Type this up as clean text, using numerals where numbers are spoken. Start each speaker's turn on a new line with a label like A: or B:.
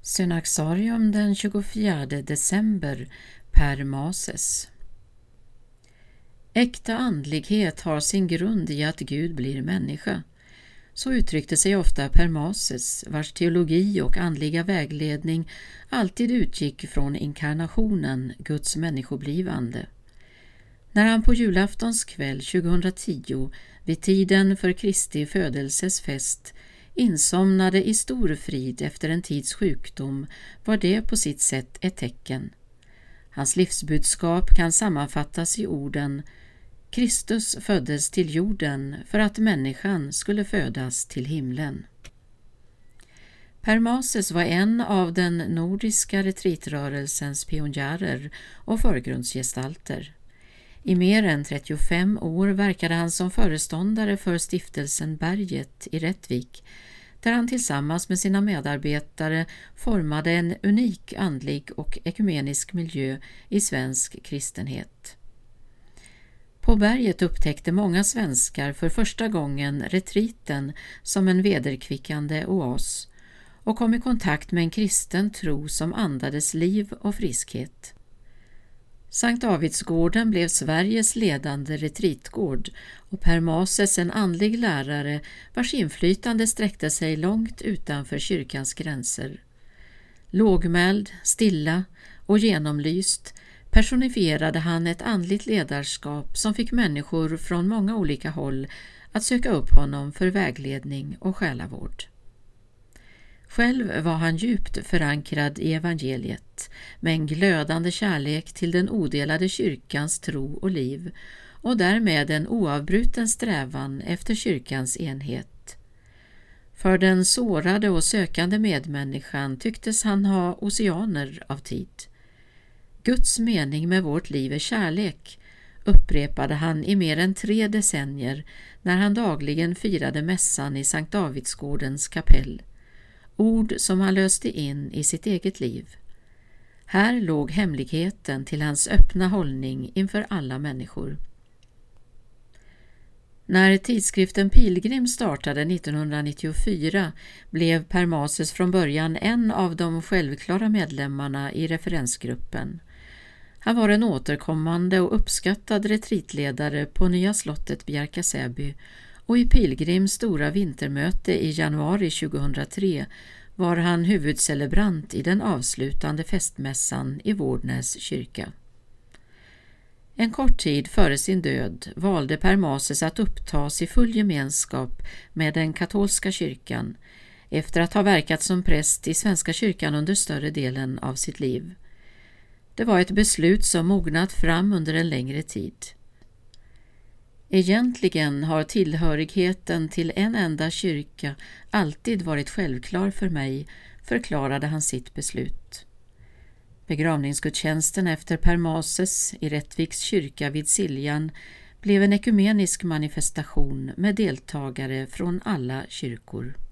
A: Synaxarium den 24 december, Per Mases. Äkta andlighet har sin grund i att Gud blir människa. Så uttryckte sig ofta Per Mases, vars teologi och andliga vägledning alltid utgick från inkarnationen, Guds människoblivande. När han på julaftons kväll 2010, vid tiden för Kristi födelses fest, insomnade i stor frid efter en tids sjukdom, var det på sitt sätt ett tecken. Hans livsbudskap kan sammanfattas i orden: Kristus föddes till jorden för att människan skulle födas till himlen. Per Mases var en av den nordiska retreatrörelsens pionjärer och förgrundsgestalter. I mer än 35 år verkade han som föreståndare för stiftelsen Berget i Rättvik, där han tillsammans med sina medarbetare formade en unik andlig och ekumenisk miljö i svensk kristenhet. På Berget upptäckte många svenskar för första gången retriten som en vederkvickande oas och kom i kontakt med en kristen tro som andades liv och friskhet. Sankt Davidsgården blev Sveriges ledande retreatgård och Per Mases en andlig lärare vars inflytande sträckte sig långt utanför kyrkans gränser. Lågmäld, stilla och genomlyst personifierade han ett andligt ledarskap som fick människor från många olika håll att söka upp honom för vägledning och själavård. Själv var han djupt förankrad i evangeliet med en glödande kärlek till den odelade kyrkans tro och liv och därmed en oavbruten strävan efter kyrkans enhet. För den sårade och sökande medmänniskan tycktes han ha oceaner av tid. Guds mening med vårt liv är kärlek, upprepade han i mer än 3 decennier när han dagligen firade mässan i Sankt Davidsgårdens kapell. Ord som han löste in i sitt eget liv. Här låg hemligheten till hans öppna hållning inför alla människor. När tidskriften Pilgrim startade 1994 blev Per Mases från början en av de självklara medlemmarna i referensgruppen. Han var en återkommande och uppskattad retreatledare på Nya slottet Bjärka-Säby, och i Pilgrims stora vintermöte i januari 2003 var han huvudcelebrant i den avslutande festmässan i Vårdnäs kyrka. En kort tid före sin död valde Per Mases att upptas i full gemenskap med den katolska kyrkan efter att ha verkat som präst i Svenska kyrkan under större delen av sitt liv. Det var ett beslut som mognat fram under en längre tid. Egentligen har tillhörigheten till en enda kyrka alltid varit självklar för mig, förklarade han sitt beslut. Begravningsgudstjänsten efter Per Mases i Rättviks kyrka vid Siljan blev en ekumenisk manifestation med deltagare från alla kyrkor.